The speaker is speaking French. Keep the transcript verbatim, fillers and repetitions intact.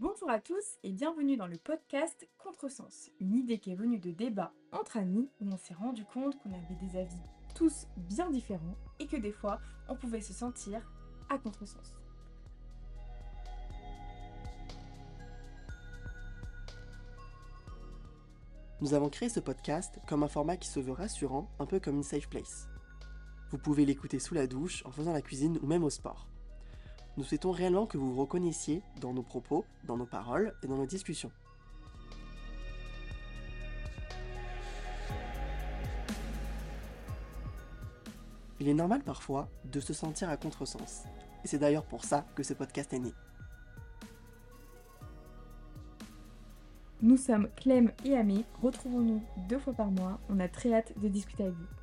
Bonjour à tous et bienvenue dans le podcast Contresens, une idée qui est venue de débats entre amis où on s'est rendu compte qu'on avait des avis tous bien différents et que des fois on pouvait se sentir à contresens. Nous avons créé ce podcast comme un format qui se veut rassurant, un peu comme une safe place. Vous pouvez l'écouter sous la douche, en faisant la cuisine ou même au sport. Nous souhaitons réellement que vous vous reconnaissiez dans nos propos, dans nos paroles et dans nos discussions. Il est normal parfois de se sentir à contresens. Et c'est d'ailleurs pour ça que ce podcast est né. Nous sommes Clem et Amé, retrouvons-nous deux fois par mois, on a très hâte de discuter avec vous.